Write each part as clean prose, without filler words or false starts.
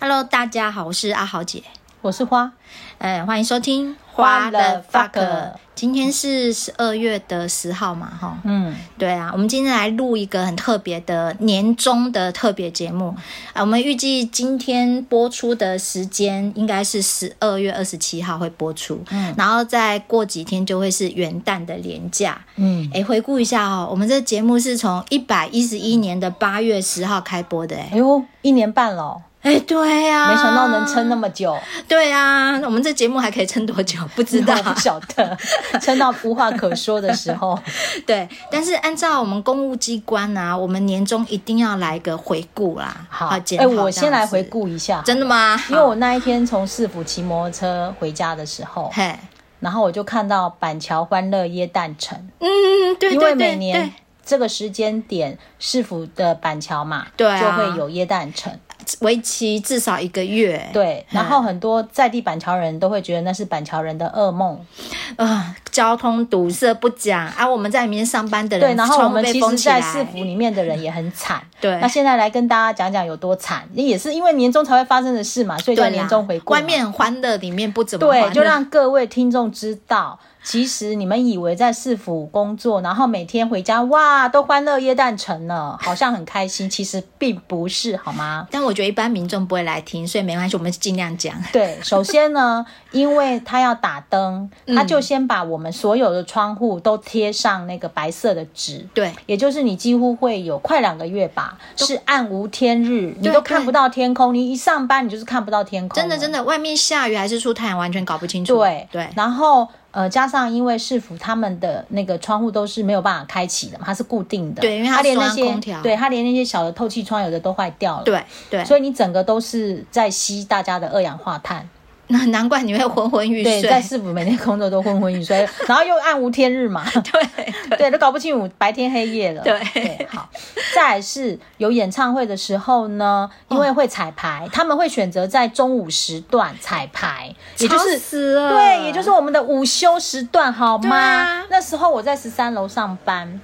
Hello， 大家好，我是阿豪姐， 我是花， 欢迎收听花的 fuck。 今天是12月10号嘛，哈，对啊，我们今天来录一个很特别的年终的特别节目我们预计今天播出的时间应该是12月27号会播出，然后再过几天就会是元旦的连假，回顾一下我们这节目是从111年的8月10号开播的， 哎呦，1年半了。 对啊， 没想到能撑那么久。 对啊，我们这节目还可以撑多久不知道， 不晓得撑到无话可说的时候对，但是按照我们公务机关啊，我们年终一定要来个回顾啦。 好，我先来回顾一下。 真的吗？ 因为我那一天从市府骑摩托车回家的时候，然后我就看到板桥欢乐耶诞城。对，因为每年这个时间点市府的板桥嘛，就会有耶诞城， 为期至少1个月。 对，然后很多在地板桥人都会觉得那是板桥人的噩梦交通堵塞不讲我们在里面上班的人， 对，然后我们其实在市府里面的人也很惨对， 那现在来跟大家讲讲有多惨，也是因为年终才会发生的事嘛，所以叫年终回顾。 外面很欢乐，里面不怎么欢乐。 对，就让各位听众知道，其实你们以为在市府工作，然后每天回家哇都欢乐耶诞城了，好像很开心，其实并不是，好吗？ 但我觉得一般民众不会来听，所以没关系，我们尽量讲。 对，首先呢，因为他要打灯，他就先把我们所有的窗户都贴上那个白色的纸， 对， 也就是你几乎会有快2个月吧，是暗无天日，你都看不到天空，你一上班你就是看不到天空， 真的，外面下雨还是出太阳，完全搞不清楚。对， 然后加上因为市府他们的那个窗户都是没有办法开启的嘛，它是固定的， 对，因为它连那些空调， 对，它连那些小的透气窗有的都坏掉了， 对， 所以你整个都是在吸大家的二氧化碳。 难怪你会昏昏欲睡。 对，在市府每天工作都昏昏欲睡，然后又暗无天日嘛，对，都搞不清楚白天黑夜了。对，好，再来是有演唱会的时候呢，因为会彩排，他们会选择在中午时段彩排，也就是死了， 对，也就是我们的午休时段，好吗？那时候我在13楼上班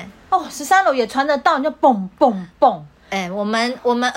，13楼也传得到，你就蹦蹦蹦。 我们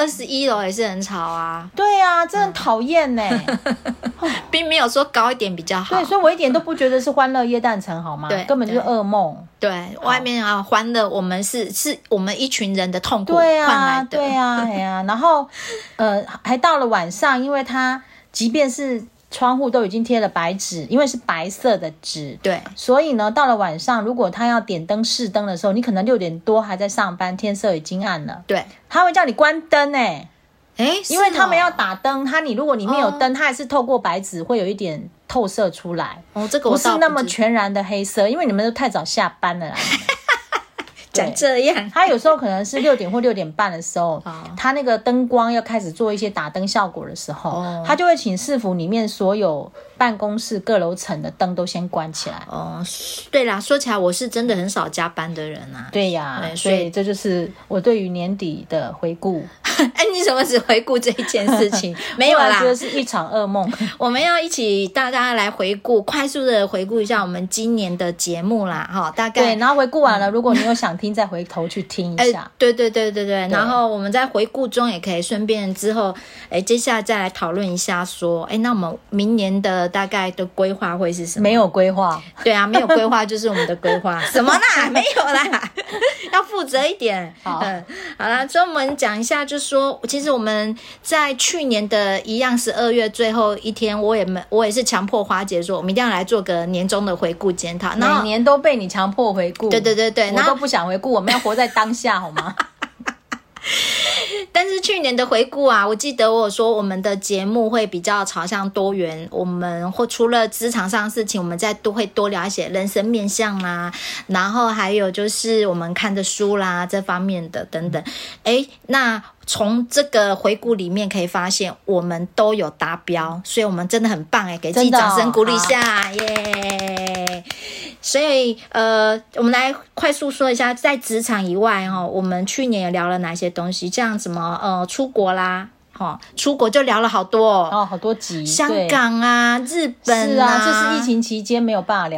21楼也是很吵啊。 对啊，真的很讨厌呢。 并没有说高一点比较好。 对，所以我一点都不觉得是欢乐耶诞城，好吗？对，根本就是噩梦。 对，外面欢乐，我们是我们一群人的痛苦换来的。 对啊，然后还到了晚上，因为它即便是窗户都已经贴了白纸，因为是白色的纸， 对， 所以呢，到了晚上，如果他要点灯试灯的时候，你可能6点多还在上班，天色已经暗了， 对， 他会叫你关灯因为他们要打灯，你如果里面有灯，它还是透过白纸会有一点透射出来， 这个我不是那么全然的黑色，因为你们都太早下班了啦。 讲这样， 他有时候可能是6点或6点半的时候，他那个灯光要开始做一些打灯效果的时候，他就会请市府里面所有办公室各楼层的灯都先关起来。 对啦，说起来我是真的很少加班的人啊。 对呀，所以这就是我对于年底的回顾。 你怎么只回顾这一件事情？没有啦， 觉得是一场噩梦。我们要一起大家来回顾，快速的回顾一下我们今年的节目啦，大概对，然后回顾完了，如果你有想听，再回头去听一下。 对，然后我们在回顾中也可以顺便之后，接下来再来讨论一下说，那我们明年的大概的规划会是什么？ 没有规划。 对啊，没有规划就是我们的规划。什么啦？没有啦，要负责一点。好啦，所以我们讲一下，就是说，其实我们在去年的一样12月最后一天，我也是强迫花姐说，我们一定要来做个年终的回顾检讨。 每年都被你强迫回顾。 对， 我都不想回顾，我们要活在当下，好吗？ 但是去年的回顾啊，我记得我有说我们的节目会比较朝向多元，我们或除了职场上的事情，我们会多聊一些人生面向啦，然后还有就是我们看的书啦这方面的等等。那从这个回顾里面可以发现我们都有达标，所以我们真的很棒给自己掌声鼓励一下，耶！所以我们来快速说一下，在职场以外我们去年也聊了哪些东西，像什么出国啦，出国就聊了好多好多集， 香港啊、日本是啊，这是疫情期间没有办法聊的。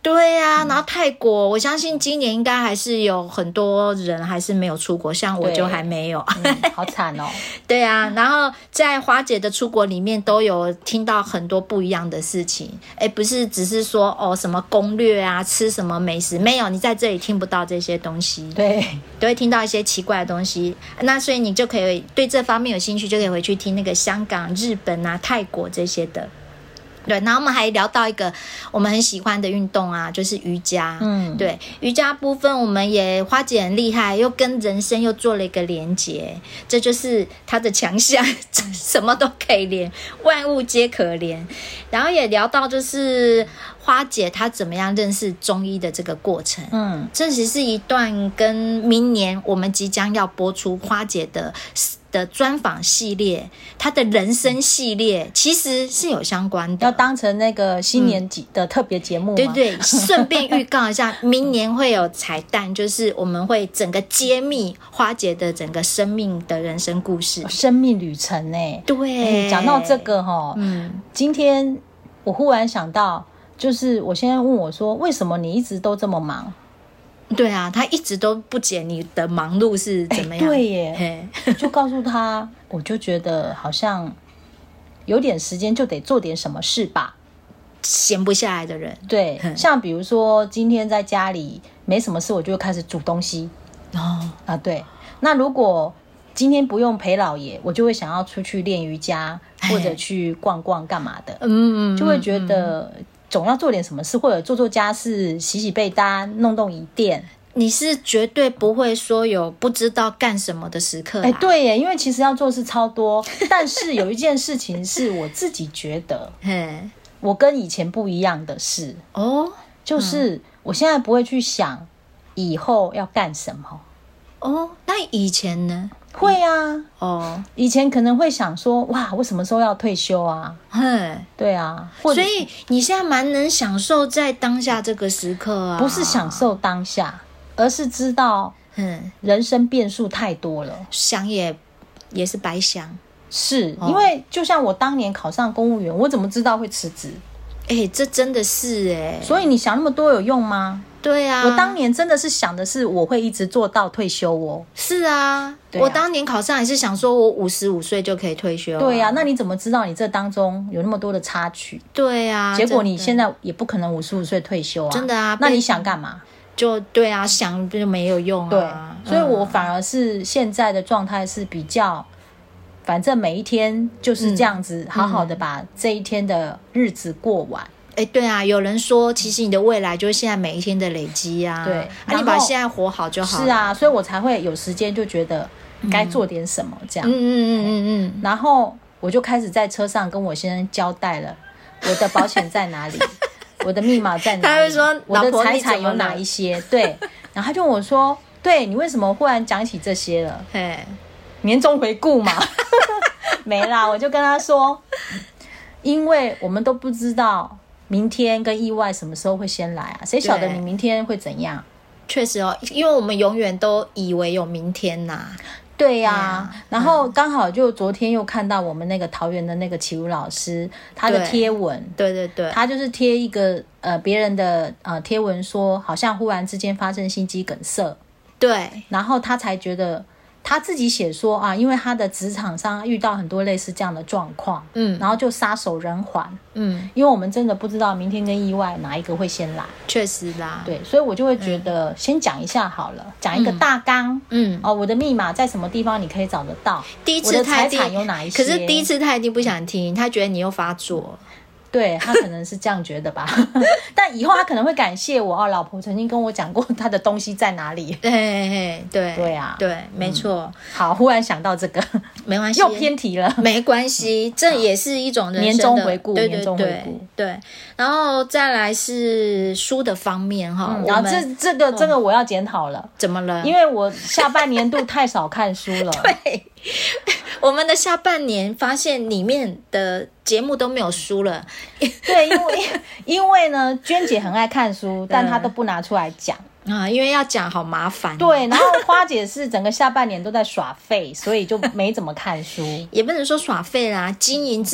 对啊，然后泰国，我相信今年应该还是有很多人还是没有出国，像我就还没有， 好惨哦。 对啊，然后在花姐的出国里面都有听到很多不一样的事情，不是只是说什么攻略啊，吃什么美食，没有，你在这里听不到这些东西， 对， 都会听到一些奇怪的东西。那所以你就可以对这方面有兴趣，就可以回去听那个香港、日本啊、泰国这些的。对，然后我们还聊到一个我们很喜欢的运动啊，就是瑜伽。对，瑜伽部分我们也花姐很厉害，又跟人生又做了一个连结，这就是她的强项，什么都可以连，万物皆可连。然后也聊到就是花姐她怎么样认识中医的这个过程。这其实是一段跟明年我们即将要播出花姐的专访系列，他的人生系列其实是有相关的， 要当成那个新年的特别节目吗？ 对对，顺便预告一下，明年会有彩蛋，就是我们会整个揭秘花姐的整个生命的人生故事、 生命旅程欸。 对， 讲到这个今天我忽然想到，就是我现在问我说，为什么你一直都这么忙？ 对啊，他一直都不解你的忙碌是怎么样。 对耶，就告诉他，我就觉得好像有点时间就得做点什么事吧， 闲不下来的人。 对，像比如说今天在家里没什么事，我就会开始煮东西。对，那如果今天不用陪老爷，我就会想要出去练瑜伽或者去逛逛干嘛的。就会觉得总要做点什么事，或者做家事，洗洗被单，弄椅垫。 你是绝对不会说有不知道干什么的时刻啦。 对耶，因为其实要做事超多，但是有一件事情是我自己觉得我跟以前不一样的事就是我现在不会去想以后要干什么。 那以前呢？ 会啊，以前可能会想说，哇，我什么时候要退休啊？对啊， 所以你现在蛮能享受在当下这个时刻啊。 不是享受当下，而是知道，人生变数太多了， 想也是白想。 是因为就像我当年考上公务员，我怎么知道会辞职？ 这真的是所以你想那么多有用吗？ 对啊， 我当年真的是想的是我会一直做到退休哦。 是啊，我当年考上也是想说我55岁就可以退休。 对啊，那你怎么知道你这当中有那么多的插曲？ 对啊， 结果你现在也不可能55岁退休啊。 真的啊， 那你想干嘛？ 就对啊，想就没有用啊。对，所以我反而是现在的状态是比较，反正每一天就是这样子，好好的把这一天的日子过完。 对啊，有人说其实你的未来就是现在每一天的累积啊。 对， 你把现在活好就好了。 是啊，所以我才会有时间就觉得该做点什么这样。然后我就开始在车上跟我先生交代了我的保险在哪里，我的密码在哪里， 他会说我的财产有哪一些。对，然后他就问我说，对，你为什么忽然讲起这些了？年终回顾嘛。没啦，我就跟他说，因为我们都不知道明天跟意外什么时候会先来啊？谁晓得你明天会怎样？ 确实因为我们永远都以为有明天呐。 对呀，然后刚好就昨天又看到我们那个桃园的那个启如老师他的贴文。 对， 他就是贴一个别人的贴文说，好像忽然之间发生心肌梗塞。对，然后他才觉得。他自己写说因为他的职场上遇到很多类似这样的状况，然后就撒手人寰，因为我们真的不知道明天跟意外哪一个会先来。 确实啦， 对，所以我就会觉得先讲一下好了，讲一个大纲，我的密码在什么地方你可以找得到， 第一次我的财产有哪一些。 可是第一次他一定不想听，他觉得你又发作。 对，他可能是这样觉得吧。但以后他可能会感谢我老婆曾经跟我讲过他的东西在哪里。对啊， 对，没错。 好，忽然想到这个， 没关系， 又偏题了， 没关系，这也是一种人生的年终回顾。 对，然后再来是书的方面哈。 然后这个我要检讨了。 怎么了？ 因为我下半年度太少看书了。 对。我们的下半年发现里面的节目都没有书了。 对，因为呢，娟姐很爱看书，但她都不拿出来讲因为要讲好麻烦。 对，然后花姐是整个下半年都在耍废，所以就没怎么看书。 也不能说耍废啦，经营自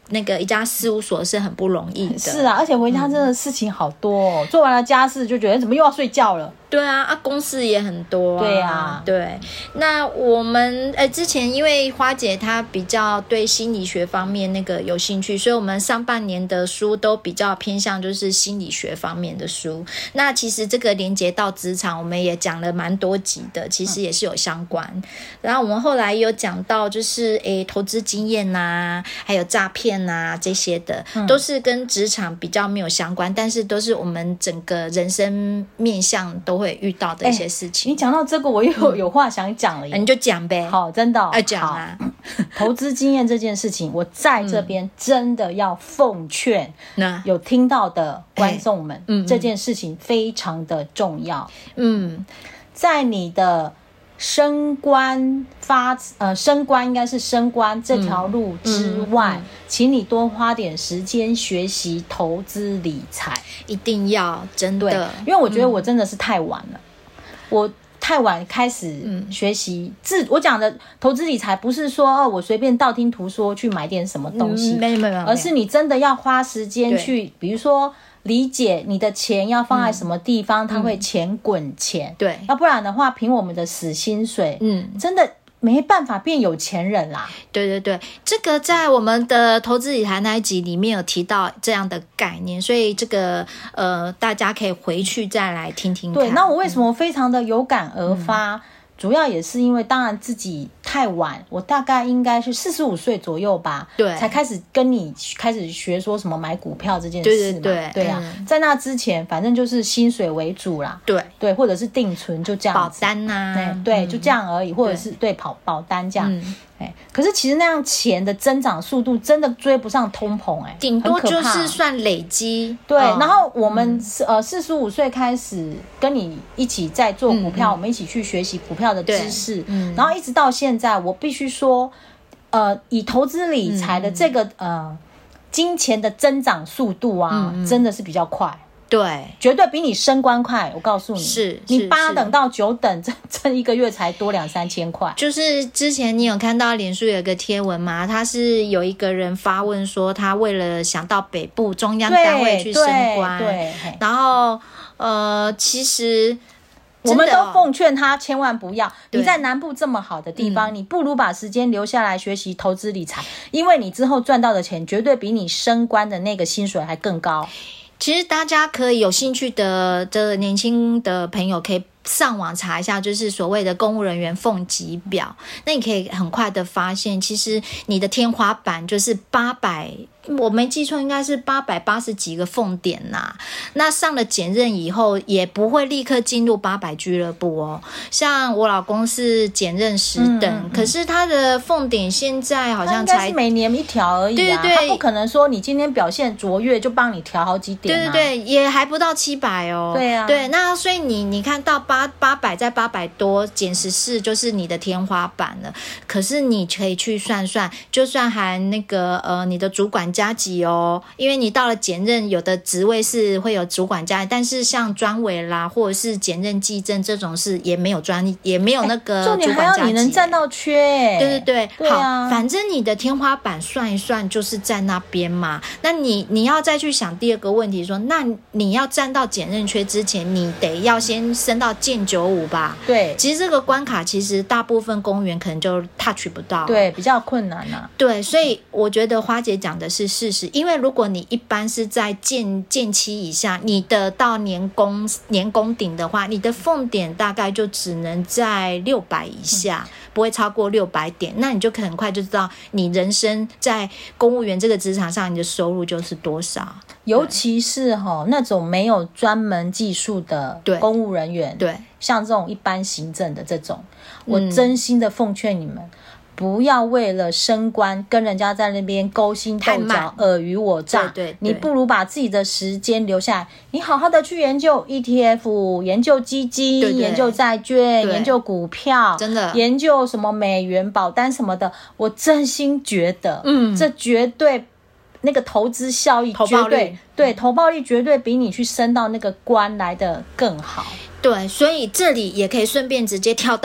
那个一家事务所是很不容易的。 是啊，而且回家真的事情好多做完了家事就觉得怎么又要睡觉了。 对啊，公司也很多对啊， 对。那我们之前因为花姐她比较对心理学方面那个有兴趣，所以我们上半年的书都比较偏向就是心理学方面的书。那其实这个连接到职场，我们也讲了蛮多集的，其实也是有相关。然后我们后来有讲到就是投资经验啊，还有诈骗啊这些的，都是跟职场比较没有相关，但是都是我们整个人生面向都会遇到的一些事情。 你讲到这个我又有话想讲了耶。 你就讲呗。 好，真的讲啊。 投资经验这件事情我在这边真的要奉劝有听到的观众们，这件事情非常的重要。在你的升官应该是升官这条路之外，请你多花点时间学习投资理财， 一定要，真的。 对，因为我觉得我真的是太晚了，我太晚开始学习我讲的投资理财不是说我随便道听途说去买点什么东西， 没有， 而是你真的要花时间去，比如说理解你的钱要放在什么地方，它会钱滚钱。 对， 要不然的话，凭我们的死薪水，真的没办法变有钱人啦。 对，这个在我们的投资理财那一集里面有提到这样的概念，所以这个大家可以回去再来听听看。 对，那我为什么非常的有感而发？主要也是因为当然自己太晚，我大概应该是45岁左右吧，对，才开始跟你开始学说什么买股票这件事嘛。对啊，在那之前反正就是薪水为主啦，对，或者是定存就这样子， 保单啊， 对，就这样而已，或者是对保单这样。可是其实那样钱的增长速度真的追不上通膨， 顶多就是算累积。 对，然后我们45岁开始跟你一起在做股票，我们一起去学习股票的知识，然后一直到现在，我必须说，以投资理财的这个金钱的增长速度啊，真的是比较快。 对， 绝对比你升官快，我告诉你，你8等到9等，这一个月才多2-3千块。 就是之前你有看到脸书有一个贴文吗？他是有一个人发问说，他为了想到北部中央单位去升官，对，然后其实我们都奉劝他千万不要。你在南部这么好的地方，你不如把时间留下来学习投资理财，因为你之后赚到的钱绝对比你升官的那个薪水还更高。 其实大家可以有兴趣的年轻的朋友可以上网查一下，就是所谓的公务人员俸级表，那你可以很快的发现，其实你的天花板就是800，我没记错应该是880几个俸点呐。那上了检任以后也不会立刻进入800俱乐部哦。像我老公是检任10等，可是他的俸点现在好像才应该是每年一条而已啊。对，他不可能说你今天表现卓越就帮你调好几点啊。 对，也还不到700哦。 对啊， 对，那所以你看到800在800多减14就是你的天花板了。可是你可以去算算，就算含那个你的主管加级哦，因为你到了检任，有的职位是会有主管加，但是像专委啦，或者是检任技正这种是也没有也没有那个主管加级。重点还要你能站到缺。 对，好，反正你的天花板算一算就是在那边嘛。那你要再去想第二个问题说，那你要站到检任缺之前，你得要先升到建95吧？ 对， 其实这个关卡其实大部分公务员可能就 touch 不到， 对，比较困难啊。 对，所以我觉得花姐讲的是事实，因为如果你一般是在建期以下，你的到年功顶的话，你的俸点大概就只能在600以下，不会超过600点，那你就很快就知道你人生在公务员这个职场上，你的收入就是多少。 尤其是那种没有专门技术的公务人员， 对， 像这种一般行政的这种，我真心的奉劝你们，不要为了升官跟人家在那边勾心斗角、尔虞我诈。对，你不如把自己的时间留下来，你好好的去研究 ETF， 研究基金，研究债券，研究股票，真的研究什么美元保单什么的。我真心觉得，这绝对。那个投资效益绝对投报率绝对比你去升到那个官来的更好。 对，所以这里也可以顺便直接跳到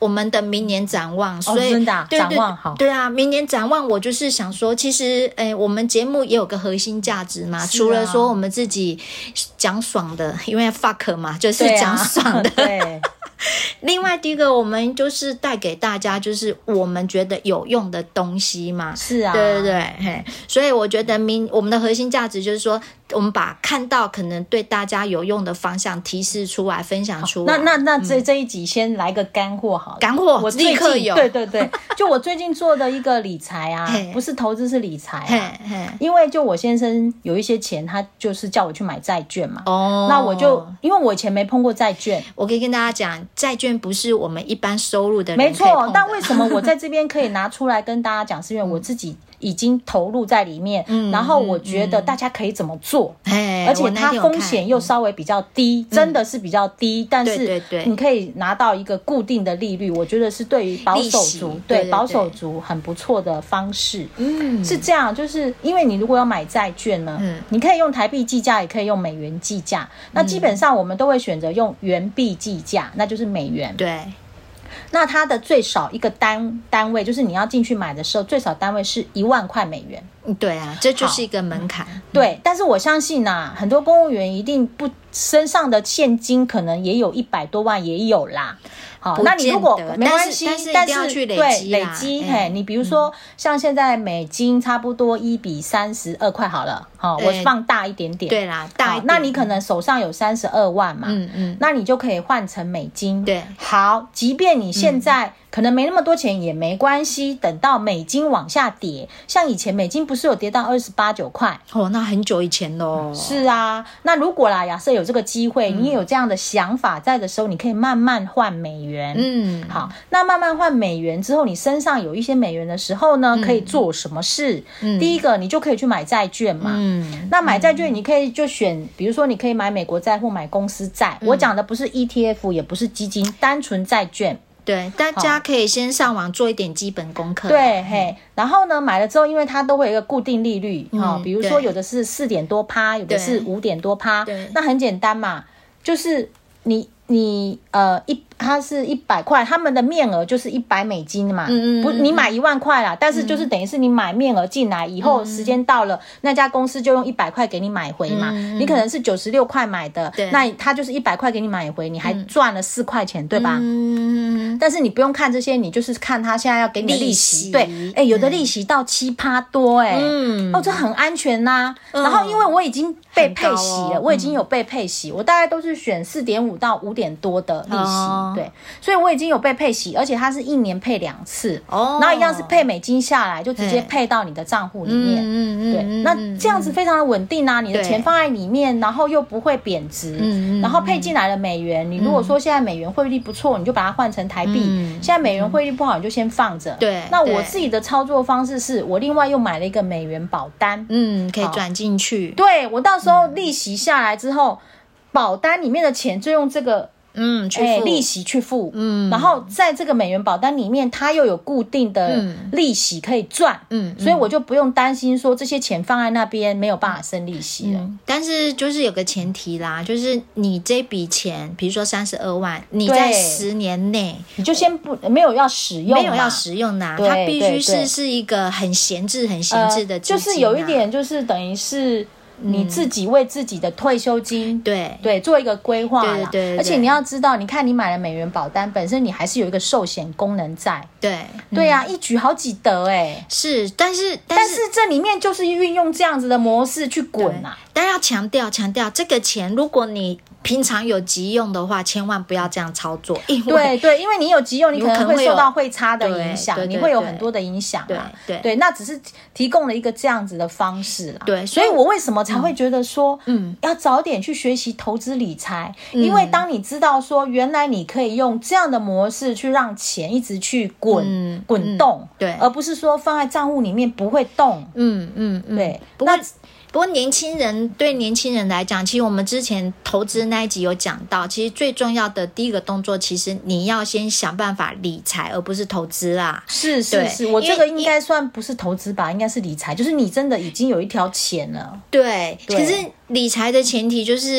我们的明年展望，所以真的展望好。 对啊，明年展望，我就是想说，其实我们节目也有个核心价值嘛，除了说我们自己讲爽的，因为 fuck 嘛，就是讲爽的。 对。 另外第一个，我们就是带给大家就是我们觉得有用的东西嘛。 是啊， 对对对，所以我觉得我们的核心价值就是说，我们把看到可能对大家有用的方向提示出来，分享出来。 那这一集先来个干货好了。 干货， 我立刻有。 对对对，就我最近做的一个理财啊，不是投资是理财啊。因为就我先生有一些钱，他就是叫我去买债券嘛。那我就因为我以前没碰过债券， 我可以跟大家讲，债券不是我们一般收入的人可以碰的。 没错，但为什么我在这边可以拿出来跟大家讲，是因为我自己已经投入在里面，然后我觉得大家可以怎么做，而且它风险又稍微比较低，真的是比较低，但是你可以拿到一个固定的利率，我觉得是对于保守族，对保守族很不错的方式。是这样，就是因为你如果要买债券呢，你可以用台币计价，也可以用美元计价。那基本上我们都会选择用元币计价，那就是美元。 对。 那它的最少一个单位，就是你要进去买的时候，最少单位是1万块美元。 对啊，这就是一个门槛。 对，但是我相信啊，很多公务员一定不身上的现金可能也有100多万，也有啦。好，那你如果没关系，但是对累积，你比如说像现在美金差不多1比32块好了，我放大一点点， 对啦，大一点， 那你可能手上有32万嘛，那你就可以换成美金。 对， 好，即便你现在可能没那么多钱也没关系，等到美金往下跌，像以前美金不是有跌到28、9块？ 那很久以前咯。 是啊，那如果啦，假设有这个机会，你也有这样的想法在的时候，你可以慢慢换美元。好，那慢慢换美元之后，你身上有一些美元的时候呢，可以做什么事？第一个，你就可以去买债券嘛。那买债券，你可以就选，比如说你可以买美国债或买公司债。我讲的不是 ETF， 也不是基金，单纯债券。 对，大家可以先上网做一点基本功课。 对，然后呢，买了之后，因为它都会有一个固定利率，比如说有的是4点多%，有的是5点多%。那很简单嘛，就是你它是100块，他们的面额就是100美金嘛，不，你买1万块啦，但是就是等于是你买面额进来以后，时间到了，那家公司就用100块给你买回嘛，你可能是96块买的，那他就是100块给你买回，你还赚了4块钱，对吧？但是你不用看这些，你就是看他现在要给你的利息，对，有的利息到7%多，这很安全呐。然后因为我已经被配息了，我已经有被配息，我大概都是选4.5到5点多的利息。对，所以我已经有被配息，而且它是1年配2次，然后一样是配美金下来，就直接配到你的账户里面。对，那这样子非常的稳定啊，你的钱放在里面，然后又不会贬值，然后配进来的美元，你如果说现在美元汇率不错，你就把它换成台币；现在美元汇率不好，你就先放着。 对， 那我自己的操作方式是我另外又买了一个美元保单， 可以转进去。 对，我到时候利息下来之后，保单里面的钱就用这个利息去付，然后在这个美元保单里面，它又有固定的利息可以赚，所以我就不用担心说这些钱放在那边没有办法生利息了。 但是就是有个前提啦，就是你这笔钱，比如说32万，你在10年内， 你就先没有要使用， 没有要使用呐，它必须是一个很闲置的资金， 就是有一点就是等于是。你自己为自己的退休金对做一个规划啦，对，而且你要知道，你看你买了美元保单，本身你还是有一个寿险功能在，对啊，一举好几得是，但是这里面就是运用这样子的模式去滚啊， 但要强调这个钱，如果你平常有急用的话，千万不要这样操作，因为你有急用，你可能会受到汇差的影响，你会有很多的影响嘛，对，那只是提供了一个这样子的方式啦， 对， 所以我为什么才会觉得说，要早点去学习投资理财，因为当你知道说，原来你可以用这样的模式去让钱一直去滚动，对，而不是说放在账户里面不会动，对， 不过对年轻人来讲，其实我们之前投资那一集有讲到，其实最重要的第一个动作，其实你要先想办法理财，而不是投资啦。 是，我这个应该算不是投资吧，应该是理财，就是你真的已经有一条钱了。 对，可是理财的前提就是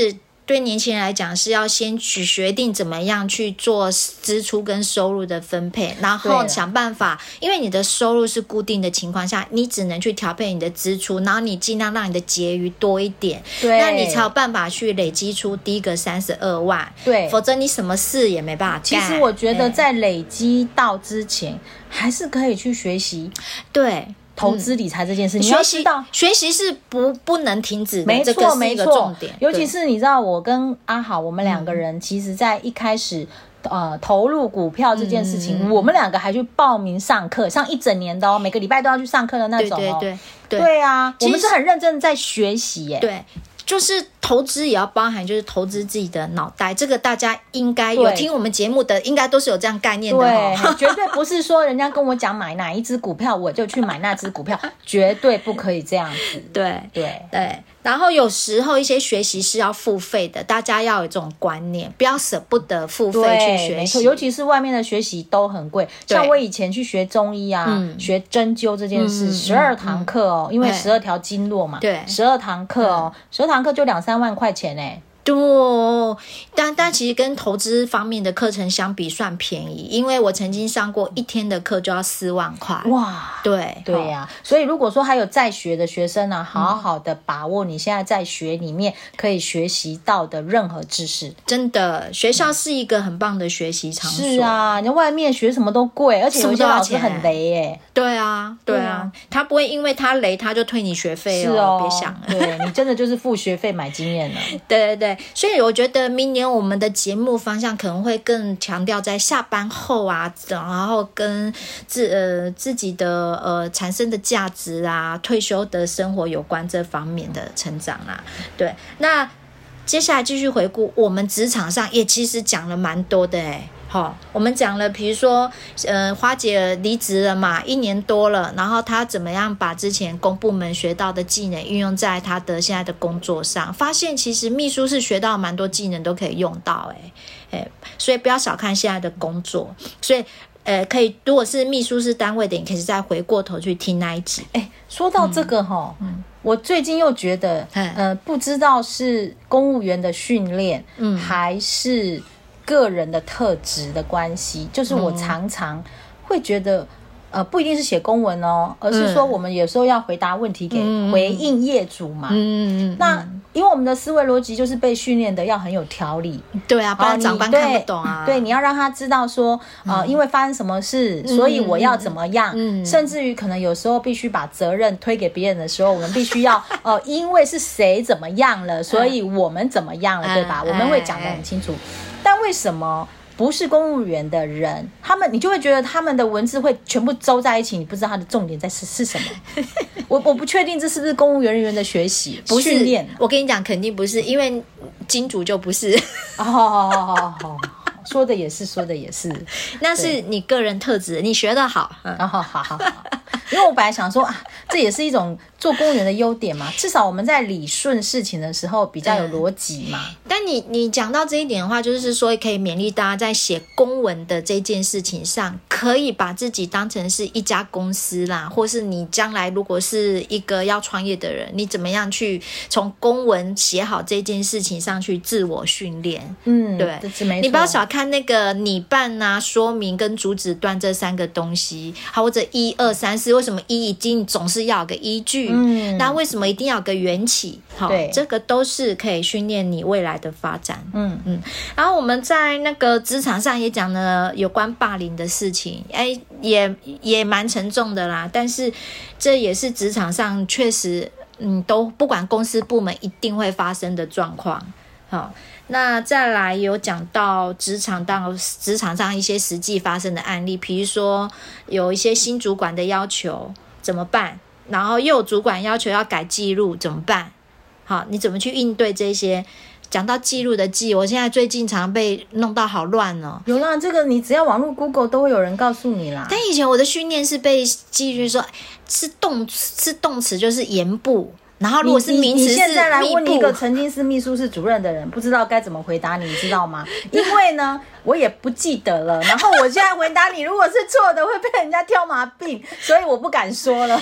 对年轻人来讲是要先去决定怎么样去做支出跟收入的分配，然后想办法，因为你的收入是固定的情况下，你只能去调配你的支出，然后你尽量让你的结余多一点，那你才有办法去累积出第一个32万， 对， 否则你什么事也没办法干。 其实我觉得在累积到之前，还是可以去学习， 对。 投资理财这件事，你要知道， 学习是不能停止的， 没错没错， 重点。 尤其是你知道，我跟阿好，我们两个人，其实在一开始投入股票这件事情，我们两个还去报名上课，上1整年的哦，每个礼拜都要去上课的那种哦。对啊，我们是很认真的在学习耶。 对。就是投资也要包含，就是投资自己的脑袋，这个大家应该有听我们节目的，应该都是有这样概念的对，绝对不是说人家跟我讲买哪一只股票，我就去买那只股票，绝对不可以这样子。 对。然后有时候一些学习是要付费的，大家要有这种观念，不要舍不得付费去学习。 没错，尤其是外面的学习都很贵。像我以前去学中医啊，学针灸这件事，12堂课哦，因为12条经络嘛，对，12堂课哦，12堂课就2-3万块钱哎。 对，但其实跟投资方面的课程相比算便宜，因为我曾经上过1天的课就要4万块。哇，对呀，所以如果说还有在学的学生呢，好好的把握你现在在学里面可以学习到的任何知识。 真的，学校是一个很棒的学习场所。 是啊，你外面学什么都贵，而且有些老师很雷耶。 对啊，他不会因为他雷他就退你学费哦，别想了。 对，你真的就是付学费买经验了。 对，所以我觉得明年我们的节目方向可能会更强调在下班后啊，然后跟自己的产生的价值啊，退休的生活有关这方面的成长啊。对，那接下来继续回顾我们职场上也其实讲了蛮多的我们讲了比如说花姐离职了嘛，1年多了，然后她怎么样把之前公部门学到的技能运用在她的现在的工作上，发现其实秘书是学到蛮多技能都可以用到所以不要小看现在的工作，所以可以，如果是秘书是单位的，你可以再回过头去听那一集。 说到这个我最近又觉得不知道是公务员的训练还是个人的特质的关系，就是我常常会觉得不一定是写公文哦，而是说我们有时候要回答问题给回应业主嘛。那因为我们的思维逻辑就是被训练的要很有条理。 对啊，不然长官看不懂啊。 对，你要让他知道说因为发生什么事，所以我要怎么样。甚至于可能有时候必须把责任推给别人的时候，我们必须要因为是谁怎么样了，所以我们怎么样了，对吧？我们会讲得很清楚。但为什么不是公务员的人，你就会觉得他们的文字会全部揪在一起，你不知道他的重点是什么。我不确定这是不是公务员人员的学习训练。 我跟你讲，肯定不是，因为金主就不是。 好，说的也是， 那是你个人特质，你学得好。 好。因为我本来想说这也是一种做公务员的优点嘛，至少我们在理顺事情的时候比较有逻辑嘛。 但你讲到这一点的话，就是说可以勉励大家在写公文的这件事情上，可以把自己当成是一家公司啦，或是你将来如果是一个要创业的人，你怎么样去从公文写好这件事情上去自我训练。对，你不要小看那个拟办啊、说明跟主旨段这3个东西，或者1、2、3、4，为什么一定总是要有个依据？那为什么一定要有个缘起？对，这个都是可以训练你未来的发展。然后我们在那个职场上也讲了有关霸凌的事情，也蛮沉重的啦。但是这也是职场上确实，都不管公司部门一定会发生的状况。好，那再来有讲到职场上一些实际发生的案例，比如说有一些新主管的要求怎么办，然后又有主管要求要改记录怎么办？好，你怎么去应对这些？讲到记录的记，我现在最近常被弄到好乱哦。 有啦，这个你只要网络 Google 都会有人告诉你啦。 但以前我的训练是被记录说是动词就是言部。然后如果是名词是密布。你现在来问一个曾经是秘书室主任的人，不知道该怎么回答你知道吗？因为呢我也不记得了，然后我现在回答你如果是错的会被人家挑毛病，所以我不敢说了。 但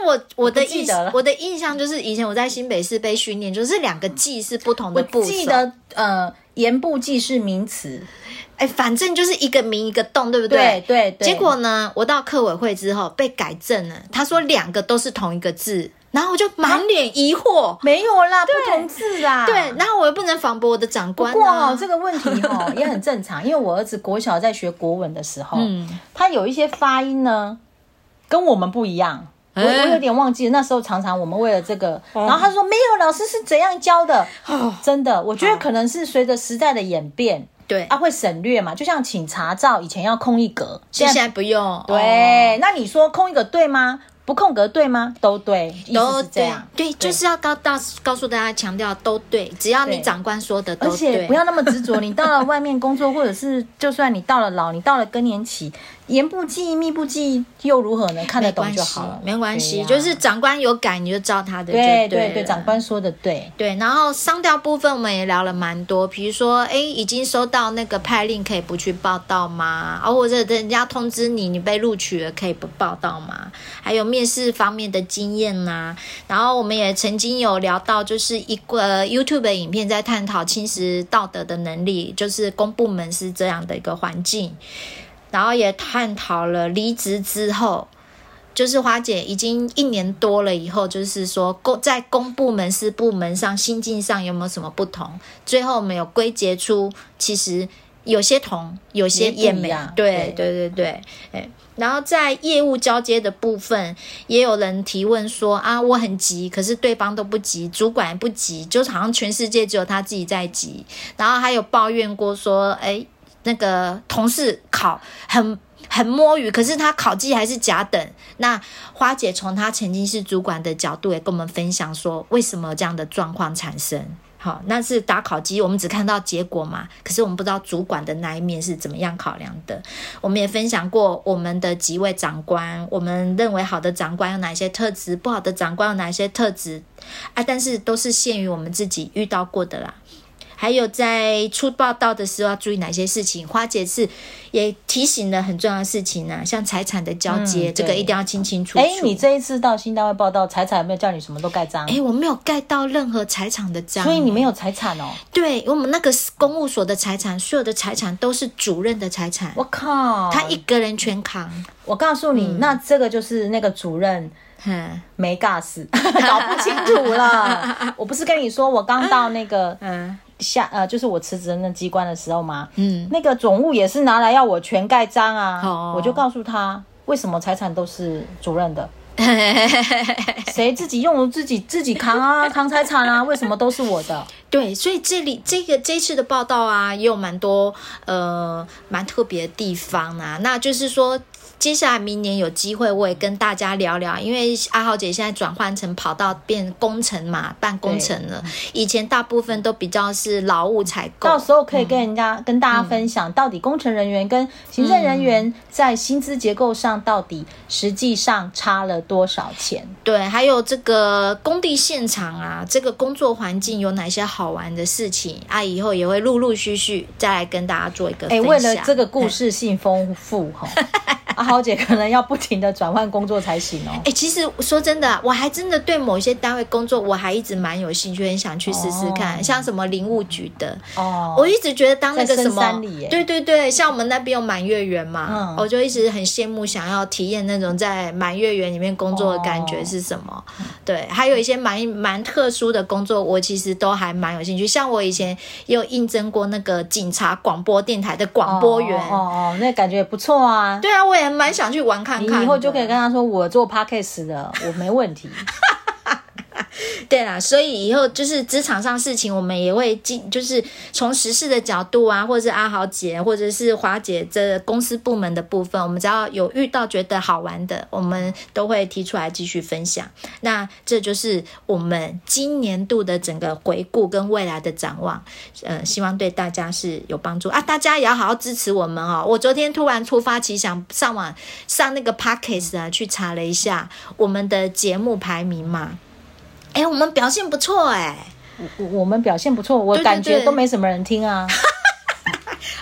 我的印象就是以前我在新北市被训练，就是2个季是不同的部首。 我记得言部季是名词。 反正就是一个名一个动，对不对？ 对。 结果呢，我到客委会之后被改正了，他说2个都是同一个字，然后我就满脸疑惑， 没有啦，不同字啦。 对，然后我又不能反驳我的长官。 不过这个问题也很正常，因为我儿子国小在学国文的时候，他有一些发音呢跟我们不一样。我有点忘记了，那时候常常我们为了这个，然后他说没有，老师是怎样教的？真的，我觉得可能是随着时代的演变。 对会省略嘛，就像请查照以前要空一格， 现在不用。 对，那你说空一格对吗？不空格对吗？都对， 都是这样。 对，就是要告诉大家，强调都对，只要你长官说的都对， 而且不要那么执着。你到了外面工作，或者是就算你到了老，你到了更年期，言不记密不记又如何呢？看得懂就好了， 没关系。就是长官有改，你就照他的就对，长官说的对。 然后商调部分我们也聊了蛮多，比如说，已经收到那个派令，可以不去报到吗？或者人家通知你被录取了，可以不报到吗？还有面试方面的经验啊。然后我们也曾经有聊到，就是一个YouTube 的影片在探讨侵蚀道德的能力，就是公部门是这样的一个环境。然后也探讨了离职之后，就是花姐已经1年多了以后，就是说在公部门私部门上心境上有没有什么不同？最后我们有归结出，其实有些同，有些也没。对。然后在业务交接的部分，也有人提问说我很急，可是对方都不急，主管也不急，就好像全世界只有他自己在急。然后还有抱怨过说，那个同事考很摸鱼，可是他考绩还是甲等。那花姐从她曾经是主管的角度也跟我们分享说，为什么有这样的状况产生。好，那是打考绩，我们只看到结果嘛，可是我们不知道主管的那一面是怎么样考量的。我们也分享过我们的几位长官，我们认为好的长官有哪些特质，不好的长官有哪些特质但是都是限于我们自己遇到过的啦。还有在出报道的时候要注意哪些事情，花姐是也提醒了很重要的事情啊，像财产的交接，这个一定要清清楚楚。 你这一次到新单位报道，财产有没有叫你什么都盖章？ 我没有盖到任何财产的章。 所以你没有财产哦？ 对，我们那个公务所的财产，所有的财产都是主任的财产。 我靠， 他一个人全扛。我告诉你，那这个就是那个主任没尬死，搞不清楚了。我不是跟你说，我刚到那个就是我辞职的那机关的时候嘛，那个总务也是拿来要我全盖章啊，我就告诉他，为什么财产都是主任的？谁自己用自己扛啊，扛财产啊，为什么都是我的？ 对，所以这一次的报道啊，也有蛮多蛮特别的地方啊。那就是说，接下来明年有机会我也跟大家聊聊，因为阿豪姐现在转换成跑道变工程嘛，办工程了。以前大部分都比较是劳务采购， 到时候可以跟大家分享，到底工程人员跟行政人员在薪资结构上到底实际上差了多少钱？ 对，还有这个工地现场啊，这个工作环境有哪些好玩的事情以后也会陆陆续续再来跟大家做一个分享。 为了这个故事性丰富阿豪姐可能要不停的转换工作才行哦。 其实说真的，我还真的对某些单位工作，我还一直蛮有兴趣，很想去试试看。像什么林务局的，我一直觉得当那个什么，对，像我们那边有满月园嘛，我就一直很羡慕，想要体验那种在满月园里面工作的感觉是什么。对，还有一些蛮特殊的工作，我其实都还蛮有兴趣。像我以前也有应征过那个警察广播电台的广播员， 那感觉也不错啊。 对啊，我也蛮想去玩看看。 你以后就可以跟他说，我做 podcast 的，我没问题。 对啦，所以以后就是职场上事情，我们也会就是从时事的角度啊，或者是阿豪姐，或者是华姐这公司部门的部分，我们只要有遇到觉得好玩的，我们都会提出来继续分享。那这就是我们今年度的整个回顾跟未来的展望，希望对大家是有帮助啊！大家也要好好支持我们哦。我昨天突然突发奇想，上那个 podcast 啊，去查了一下我们的节目排名嘛。我们表现不错我们表现不错，我感觉都没什么人听啊。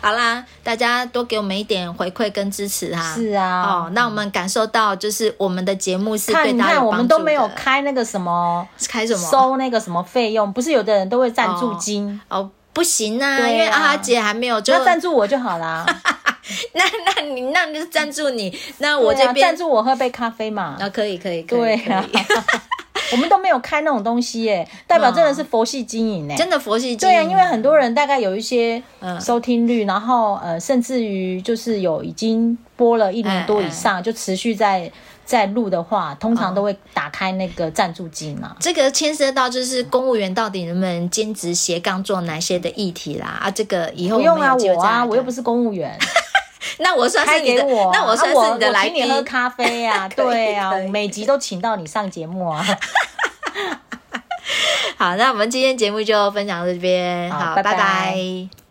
好啦，大家多给我们一点回馈跟支持哈。 是啊， 那我们感受到就是我们的节目是对大家有帮助的。 你看我们都没有开那个什么， 开什么收那个什么费用，不是有的人都会赞助金哦，不行啊，因为阿哈姐还没有， 那赞助我就好啦。 那就赞助你，那我这边赞助我喝杯咖啡嘛。 可以， 对啊。我们都没有开那种东西耶，代表真的是佛系经营耶， 真的佛系经营。 对啊，因为很多人大概有一些收听率，然后甚至于就是已经播了1年多以上，就持续在录的话，通常都会打开那个赞助金嘛。 这个牵涉到就是公务员到底能不能兼职斜杠做哪些的议题啦这个以后不用啊，我又不是公务员。 那我算是你的，那我算是你的来宾， 我请你喝咖啡啊，对啊，每集都请到你上节目啊。 好，那我们今天节目就分享到这边，好，拜拜。